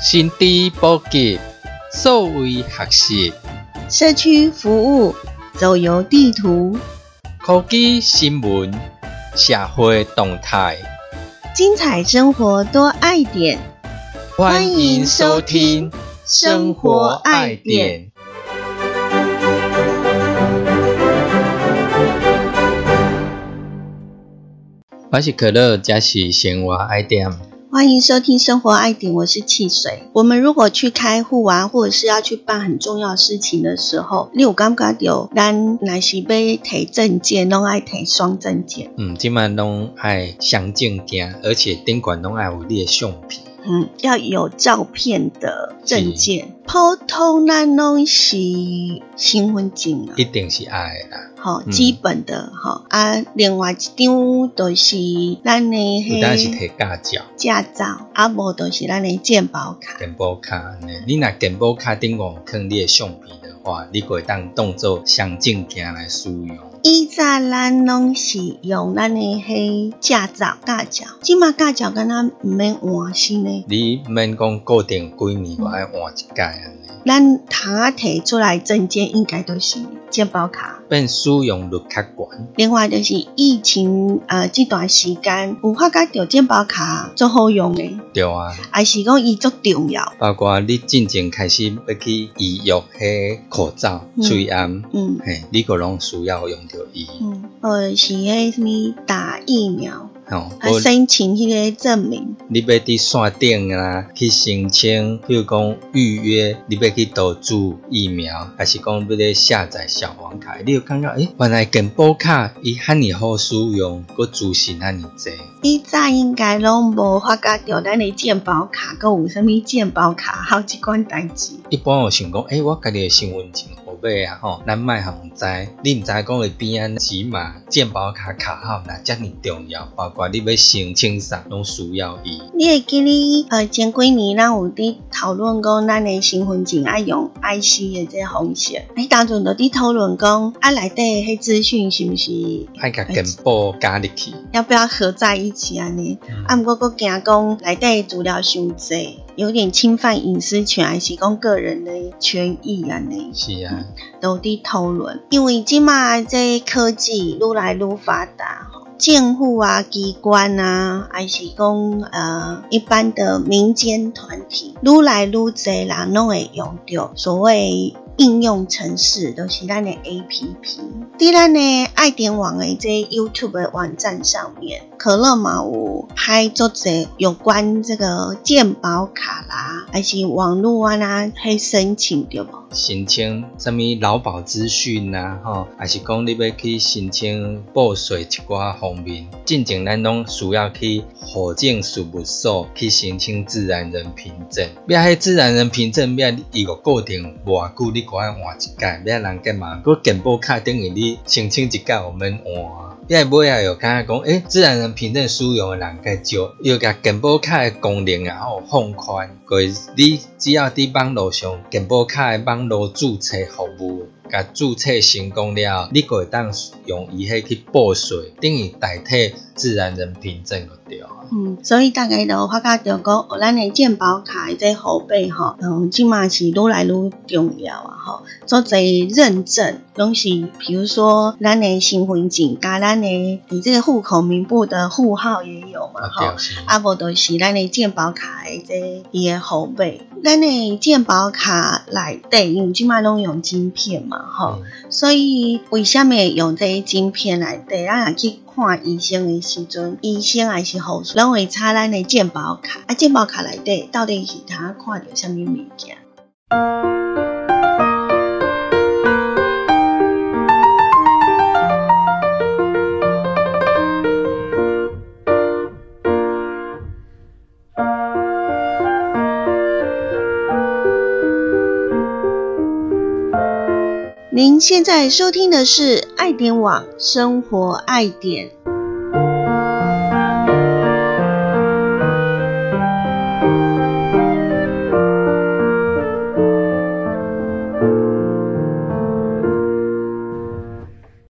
新知普及，数位学习， 社区服务，走游地图， 科技新闻，社会动态， 精彩生活多爱点。 欢迎收听生活爱点。我是可乐，这是生活爱点。 欢迎收听生活爱点，我是汽水。我们如果去开户啊，或者是要去办很重要事情的时候，你有感觉到咱若是要提证件，拢爱提双证件。 现在拢爱双证件，而且顶管拢爱有你的相片。 要有照片的证件。普通咱拢是身份证啊， 一定是爱的啦。 基本的另外一张就是咱的有当是摕驾照，无就是咱的健保卡。 健保卡，你若健保卡顶有放你的相片的话，你可以当做双证件来使用。 以前咱拢是用咱的驾照，现在驾照敢若唔免换新的。 你免讲固定几年我爱换一届安尼。 咱通提出来证件应该都是健保卡， 变使用率较高。 另外就是疫情这段时间有发觉到健保卡最好用的。 对啊， 还是讲伊足重要。 包括你进前开始要去医药口罩、嘴安，你个拢需要用到伊。 或者是什么打疫苗。还申请迄个证明， 你要伫线顶啊去申请，比如讲预约，你要去倒注疫苗，还是讲要咧下载小黄卡，你就感觉原来健保卡伊遐尼好使用，佮资讯遐尼济。 以前应该拢无发觉到咱的健保卡，佮有啥物健保卡好几款代志。 一般有想讲，我家己的身份证号码啊，咱莫互人知，你毋知讲会边仔起码健保卡卡号若遮尼重要，包括你要申请啥拢需要伊。 你会记哩前几年咱有伫讨论讲咱的身份证爱用 IC 的这个方式，当阵就伫讨论讲内底迄资讯是不是爱甲健保加入去， 要不要合在一起安尼？不过佫惊讲内底资料伤济，有点侵犯隐私权，还是讲个人的权益安尼？ 是啊， 都伫讨论，因为即马这科技愈来愈发达。政府啊、机关啊，还是讲一般的民间团体，愈来愈多人拢会用到所谓应用程式，就是咱的 APP。伫咱的爱点网的这 YouTube 的网站上面，可乐嘛有拍做者有关这个健保卡啦，还是网络啊啦，去申请对无？ 申请什么劳保资讯啊，还是讲你要去申请报税一寡方面，进前咱拢需要去户政事务所去申请自然人凭证。要迄自然人凭证，要伊个固定偌久，你赶快换一届，要人干嘛？佮健保卡等于你申请一届，我们换。要尾啊，又感觉讲，自然人凭证使用的人较少，又甲健保卡的功能啊放宽，你只要伫网络上健保卡的网络注册服务，甲注册成功了，你可会当用伊迄去报税，等于代替自然人凭证就对啊。 所以大概就发觉到讲，咱的健保卡的这后背即嘛是愈来愈重要啊做侪认证拢是，比如说咱的身份证加咱的你这个户口名簿的户号也有嘛无就是咱的健保卡的这伊的后背。咱的健保卡内底，因为即嘛拢用晶片嘛所以为什么用这些晶片内底？咱若去看医生的时阵，医生还是护士拢会查咱的健保卡，健保卡内底到底是他看到什么物件？您现在收听的是爱点网生活爱点。以前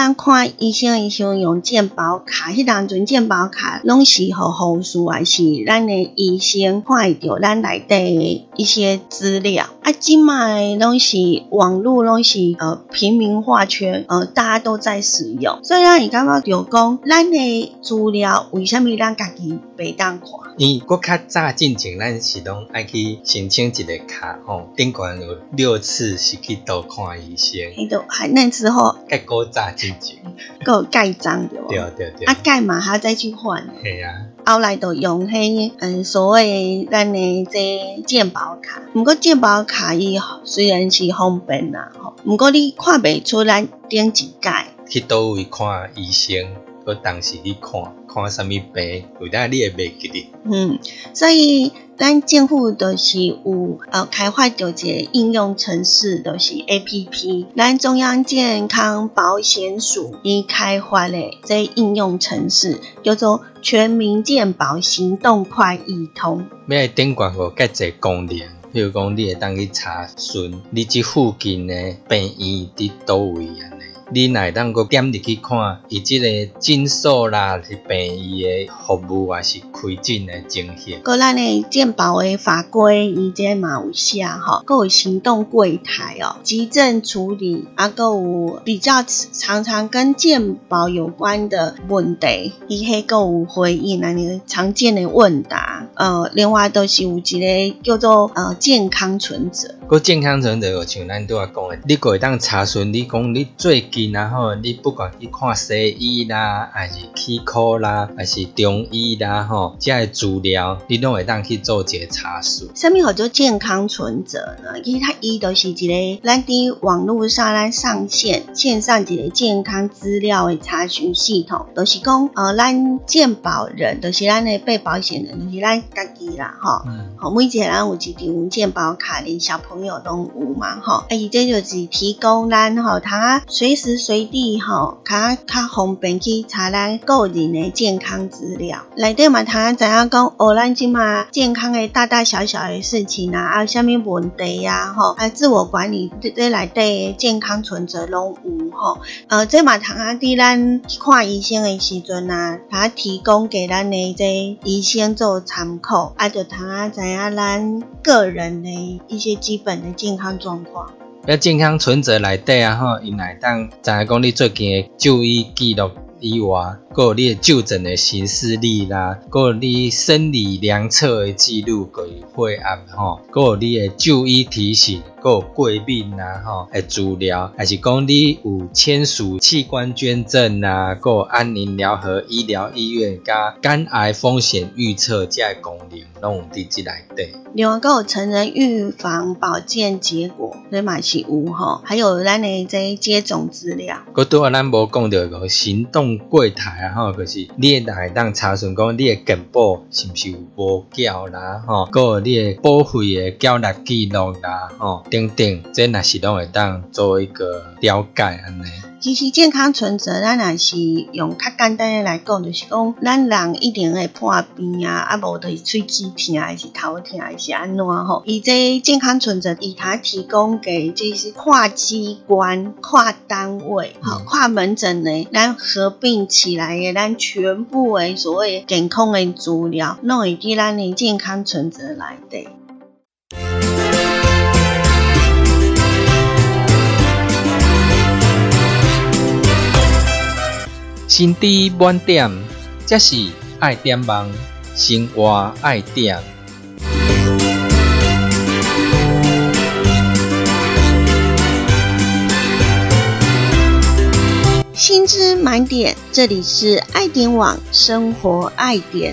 咱看医生的时候用健保卡，迄当阵健保卡拢是互护士还是咱的医生看会到咱内底的一些资料。即卖拢是网络拢是平民化圈，大家都在使用，所以咱会感觉着讲，咱的资料为什么咱家己袂当看？ 因为我较早进前，咱是拢爱去申请一个卡吼，顶悬有6次是去倒看医生。 迄都那之后， 介古早进前， 还有盖章对无？ 对。 盖嘛还要再去换。 系啊。 后来就用迄所谓咱的这健保卡，不过健保卡伊虽然是方便啦，不过你看袂出咱顶一届去倒位看医生，我当时去看什么病，有当你会袂记得。 所以咱政府就是有开发着一个应用程式，就是 APP， 咱中央健康保险署伊开发的这应用程式叫做全民健保行动快易通。 要顶悬有介侪功能，譬如讲你会当去查询你这附近的病院伫倒位安尼。你若会当搁点入去看，伊即个诊所啦，是病院的服务还是开诊的情形。 搁咱的健保的法规，伊这嘛有写搁有行动柜台急症处理，搁有比较常常跟健保有关的问题，伊迄搁有回应安尼常见的问答。另外都是有一个叫做健康存折。 搁健康存折就像咱拄仔讲的，你搁会当查询你讲你最近你不管去看西医啦，还是齿科啦，还是中医啦这些资料你拢会当去做一个查询。 什么叫做健康存折呢？其实它就是一个咱伫网络上咱上线上一个健康资料的查询系统，就是讲咱健保人，就是咱的被保险人，就是咱家己啦每一个人有一张健保卡，连小朋友都有嘛伊这就是提供咱他随时随地较方便去查咱个人的健康资料。内底嘛通知影讲咱即马健康的大大小小的事情有啥物问题自我管理在内底的健康存折拢有这嘛通伫咱看医生的时阵通提供给咱的这医生做参考，就通知影咱个人的一些基本的健康状况。 健康存折内底伊会当知影讲你最近的就医记录以外，还有你的就诊的行事历啦，还有你生理量测的记录，还有血压还有你的就医提醒，还有过敏的资料，还是讲你有签署器官捐赠还有安宁疗和医疗医院加肝癌风险预测这些功能拢有伫这内底。 另外还有成人预防保健结果，这嘛是有还有咱的这接种资料。 还拄仔咱无讲到个行动柜台就是你会当查询讲你的健保是毋是有无缴啦还有你的保费的缴纳记录啦等等，这若是拢会当做一个了解安尼。 其实健康存折咱若是用较简单的来讲，就是讲咱人一定会破病无就是喙齿痛还是头痛还是安怎伊这健康存折它提供给就是跨机关跨单位跨门诊的咱合并起来的咱全部的所谓健康的资料拢会伫咱的健康存折内底。 心知满点，这是爱点梦，生活爱点。 心知满点，这里是爱点网生活爱点。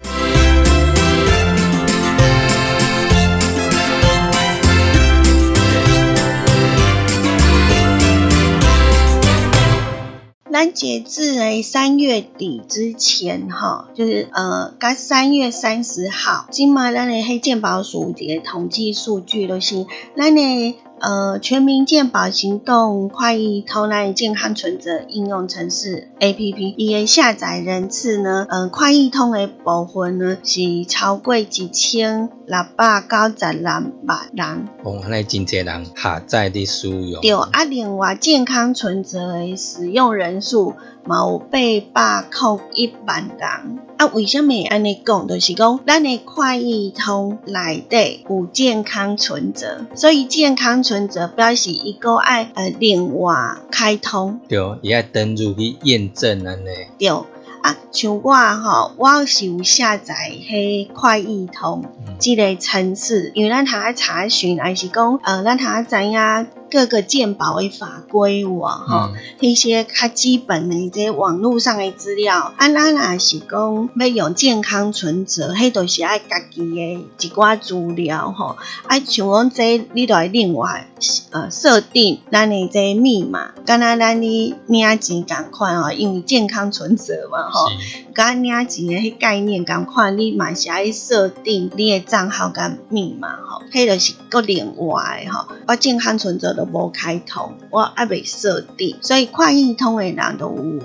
咱截至3月底之前就是到3月30号，今嘛咱的健保署一个统计数据，就是咱的全民健保行动快易通咱健康存折应用程式 APP， 伊的下载人次呢，快易通的部分呢是超过1696万人。 哦，安尼真侪人下载伫使用。 对，另外健康存折的使用人数嘛有801万人。为什么安尼讲？就是讲，咱的快易通内底有健康存折，所以健康存折表示伊个爱另外开通。 对，伊爱登入去验证安尼。 对。像我是有下载迄快易通这个程式，因为咱通查询，还是讲咱通知影各个健保的法规迄些较基本的这网络上的资料。咱若是讲要用健康存折，迄都是爱家己的一寡资料像讲这你就会另外设定咱的这密码，敢若咱哩领钱同款因为健康存折嘛甲领钱的迄概念同款，你嘛是爱设定你的账号甲密码迄就是搁另外的我健康存折都无开通，我还未设定，所以快易通的人都有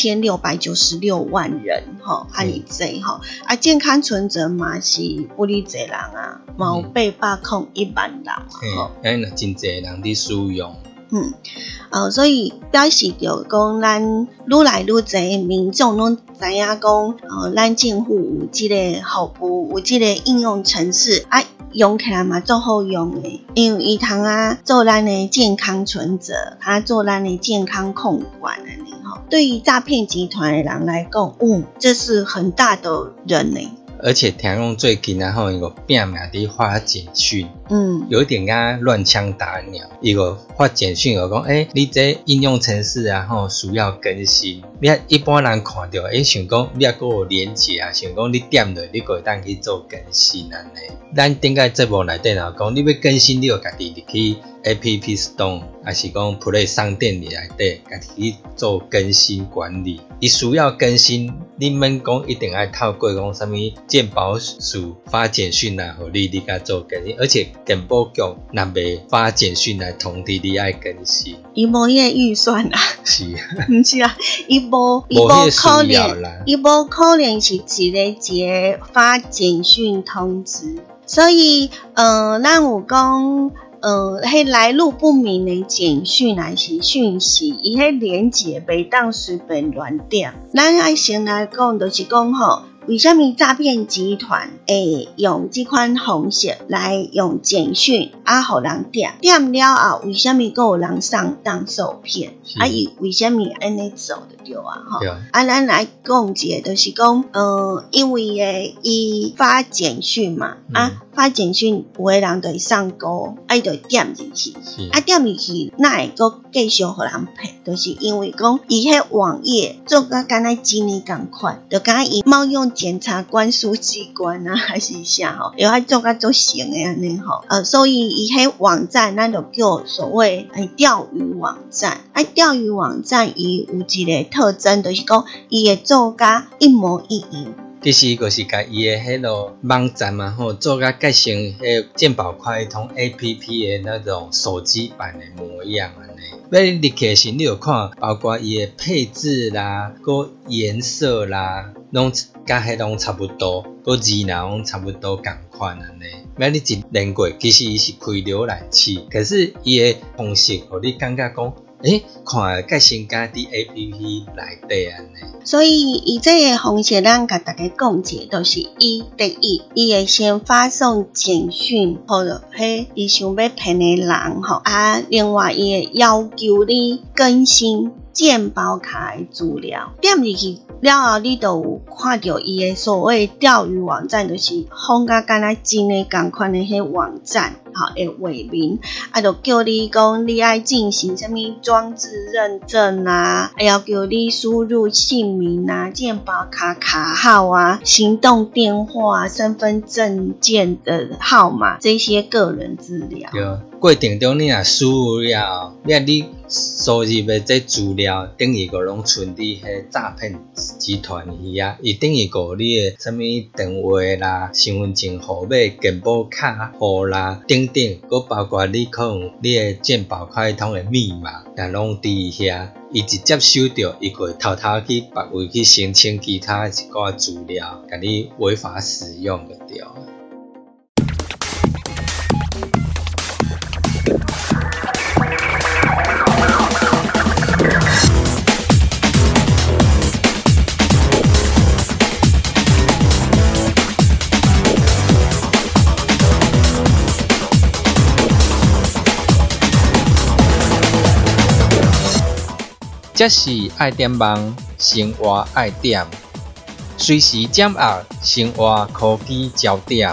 1696万人安尼济健康存折嘛是不哩济人嘛有801万人安尼真济人伫使用。 所以表示着讲，咱愈来愈侪民众拢知影讲，咱政府有即个服务，有即个应用程式用起来嘛足好用的，因为伊通做咱的健康存折，做咱的健康控管的对于诈骗集团的人来讲，这是很大的人呢。 而且听讲最近伊个拼命伫发简讯，有一点敢乱枪打鸟。伊个发简讯就讲，你这应用程式需要更新。你一般人看到，想讲你还有连结想讲你点落，你会当去做更新安尼。咱顶个节目内底讲，你要更新，你就家己入去 App Store， 还是讲 Play 商店里内底，家己去做更新管理。伊需要更新，你免讲一定要透过讲什么健保署发简讯来互你甲做更新，而且健保局若未发简讯来通知你爱更新， 伊无迄个预算是毋是伊无可能，伊无可能是一个发简讯通知，所以咱有讲迄来路不明的简讯还是讯息，伊迄连结袂当随便乱点。咱爱先来讲，就是讲为什么诈骗集团会用这款方式来用简讯互人点了后，为什么有人上当受骗？伊为什么安尼做的对咱来讲一个，就是讲因为伊发简讯嘛发简讯有的人就会上钩，就会点进去点进去哪会搁继续互人骗？就是因为讲伊迄网页做甲敢若真的同款，就敢若伊冒用检察官书记官还是啥又爱做甲做成的安尼所以伊迄网站咱就叫所谓钓鱼网站。钓鱼网站伊有一个特征，就是讲伊会做甲一模一样。 其实就是甲伊的迄个网站嘛做甲介像迄健保快通 APP 的那种手机版的模样安尼。要入去时你有看，包括伊的配置啦、个颜色啦，拢甲迄种差不多，个字拢差不多同款安尼。要你一连过，其实伊是开浏览器，可是伊的方式，互你感觉讲，看介像甲伫 APP 内底安尼。 所以以这个方式，咱甲大家讲解，就是第一，伊会先发送简讯，或者伊想要骗的人另外伊会要求你更新健保卡的资料，点入去了后，你就有看到伊的所谓钓鱼网站，就是放甲敢若真的同款的迄网站的画面，就叫你讲你爱进行什么装置认证要叫你输入姓名健保卡卡号行动电话身份证件的号码这些个人资料。 过程中你若输入了，你输入的这资料，等于个拢存伫迄诈骗集团去啊，伊等于个你的什么电话啦、身份证号码、健保卡号啦等等，佮包括你可能你的健保快通的密码，也拢伫遐。伊一接收到，伊就会偷偷去别位去申请其他一寡资料，甲你违法使用就对了。这是爱点网，生活爱点，随时掌握生活科技焦点。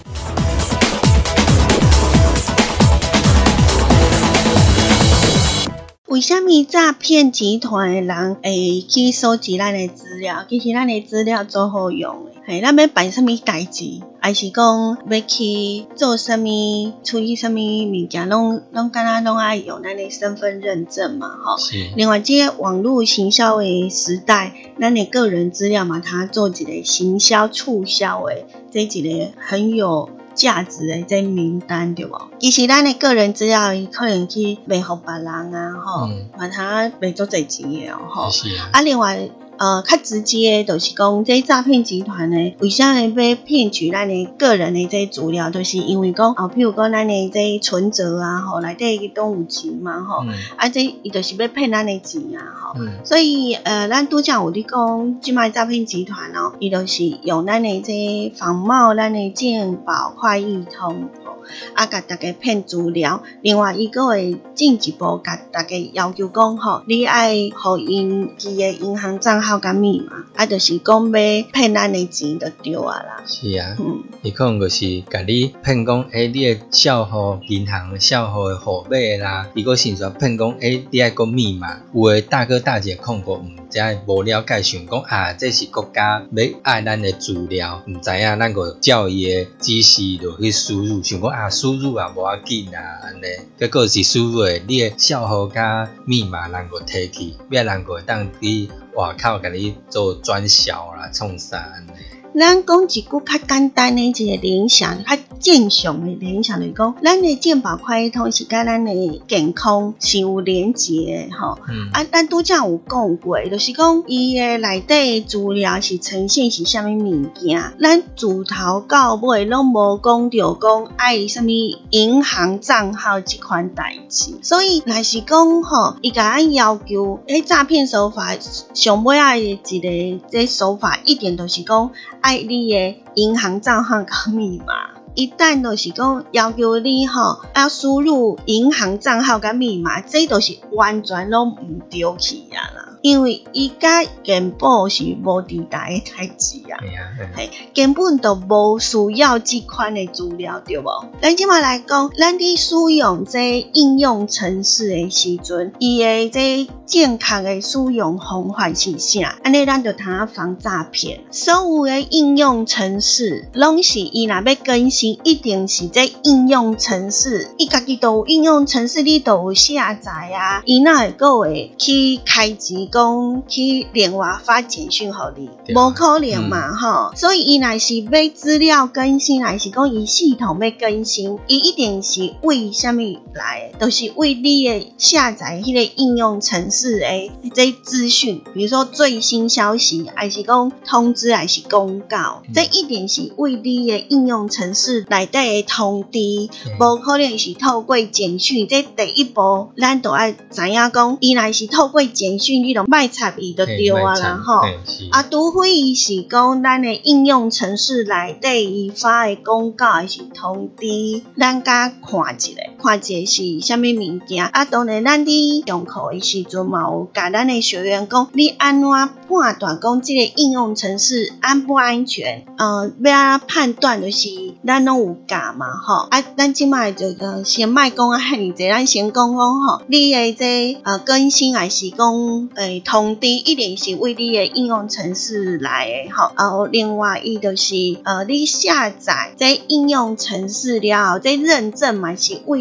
为什么诈骗集团的人会去收集咱的资料？其实咱的资料做好用的，咱要办什么代志，还是讲要去做什么、处理什么物件，拢敢若拢爱用咱的身份认证嘛，吼。另外，这个网络行销的时代，咱的个人资料嘛，它做一个行销促销的，这一个很有价值的这名单对无？其实咱的个人资料，伊可能去卖互别人啊，吼，把它卖做侪钱的哦，吼。另外。较直接的就是讲，这诈骗集团呢，为啥会要骗取咱的个人的这资料，就是因为讲，譬如讲咱的这存折啊，吼，内底都有钱嘛，吼，这伊就是要骗咱的钱啊，吼，所以咱拄则有咧讲，即卖诈骗集团哦，伊就是用咱的这仿冒咱的健保快易通，甲大家骗资料，另外伊佫会进一步甲大家要求讲，吼，你爱互因记的银行账号甲密码，就是讲要骗咱的钱就对啊啦。 是啊，伊可能就是甲你骗讲，你的账户银行账户的号码啦，伊佫甚至骗讲，你爱讲密码，有的大哥大姐看过，知无了解，想讲这是国家要爱咱的资料，唔知影咱个照伊的指示就去输入，想讲输入也无要紧啊，安尼，结果是输入的你的账户甲密码人个摕去，别人个当去外口甲你做转销啦，创啥安尼。 咱讲一句较简单的一个联想，较正常的联想就是讲，咱的健保快易通是甲咱的健康是有连结的吼。咱拄则有讲过，就是讲伊的内底资料是呈现是啥物物件，咱自头到尾拢无讲着讲爱啥物银行账号这款代志，所以若是讲吼，伊甲咱要求，诈骗手法上尾的一个这手法，一定就是讲。爱你的银行账号甲密码，一旦就是讲要求你要输入银行账号甲密码，这就是完全拢唔对去啊啦，因为伊甲健保是无地带的代志啊，根本就无需要这款的资料对无？咱即马来讲，咱伫使用这应用程式的时阵，伊的这正确的使用方法是啥？安尼咱就通防诈骗。所有的应用程式，拢是伊若要更新，一定是这应用程式，伊家己都有应用程式，你都有下载啊，伊哪会阁会去开钱讲去另外发简讯互你？无可能嘛吼！所以伊若是要资料更新，还是讲伊系统要更新，伊一定是为虾米来的？就是为你的下载迄个应用程式。这资讯，比如说最新消息，还是讲通知，还是公告，这一定是为你的应用程式内底的通知，无可能是透过简讯。这第一步，咱就要知影讲，伊若是透过简讯，你就莫插伊就对啊啦吼。除非伊是讲咱的应用程式内底伊发的公告还是通知，咱甲看一下是啥物物件。当然咱伫上课的时阵嘛，有甲咱的学员讲，你安怎判断讲这个应用程式安不安全？要判断就是咱拢有教嘛吼。咱即摆就先莫讲遐尼济，咱先讲吼，你的这更新还是讲通知，一定是为你的应用程式来的吼。另外伊就是你下载这应用程式了后，这认证嘛是为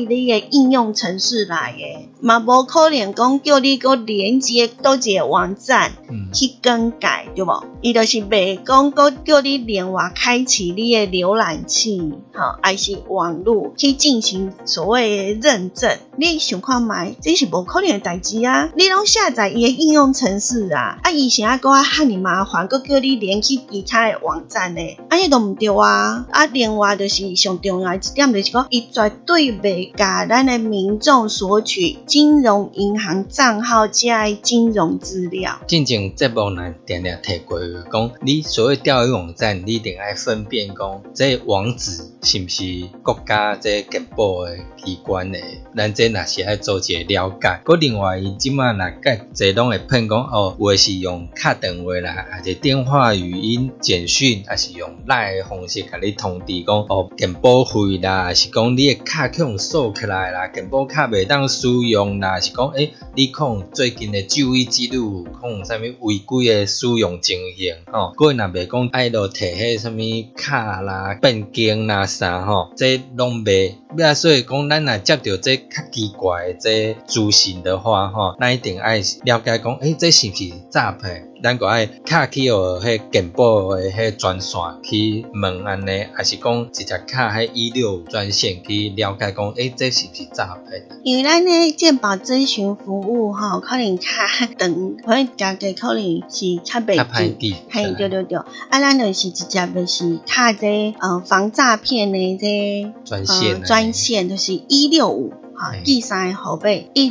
你的应用程式来的，嘛无可能讲叫你个连接倒一个网站去更改，对无？伊就是袂讲个叫你另外开启你的浏览器，还是网络去进行所谓的认证。你想看卖，这是无可能的代志啊！你拢下载伊的应用程式啊，以前还搁遐尼麻烦，搁叫你连去其他的网站呢，安尼都毋对啊！另外就是上重要一点就是讲，伊绝对袂甲咱的民众索取金融银行账号加的金融资料。 进前节目呢，定定提过讲，你所谓钓鱼网站，你一定要分辨讲，这网址是不是国家这健保的机关的，咱这若是爱做一个了解。佮另外，伊即马若甲这拢会骗讲有的是用敲电话啦，还是电话语音简讯，还是用LINE的方式甲你通知讲健保费啦，还是讲你的卡去用锁起来啦，健保卡袂当使用啦，还是讲你可能最近的就医记录，可能啥物违规的使用情形佮若袂讲爱落摕迄啥物卡啦、变更啦啥这拢袂。所以讲，咱若接到这较奇怪的这资讯的话咱一定爱了解讲，这是不是诈骗？咱个爱卡去迄健保的迄专线去问安尼，还是讲直接卡迄165专线去了解讲，这是不是诈骗？ 因为咱的健保咨询服务可能较长，可能价格可能是较袂低，嘿，对，咱就是直接就是卡这防诈骗的这专线就是165。第三个号码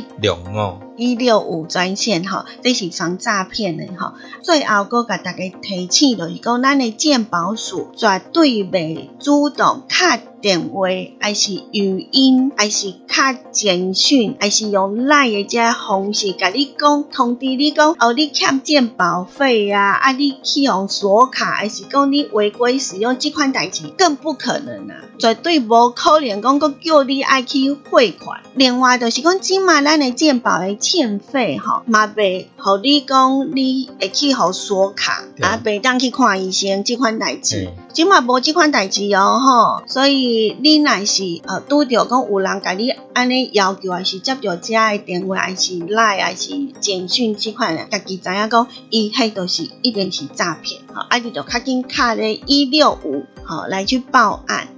165专线这是防诈骗的最后搁甲大家提醒就是讲，咱的健保署绝对袂主动敲电话，还是语音，还是敲简讯，还是用LINE的这方式甲你讲，通知你讲你欠健保费啊，你去用锁卡，还是讲你违规使用这款代志，更不可能啊，绝对无可能讲搁叫你爱去汇款。另外就是讲，即马咱的健保的欠费嘛袂互你讲你会去互锁卡袂当去看医生这款代志，即马无这款代志所以你若是拄着讲有人甲你安尼要求，还是接到这的电话，还是 LINE 还是简讯这款，家己知影讲伊迄就是一定是诈骗你就较紧敲咧165来去报案。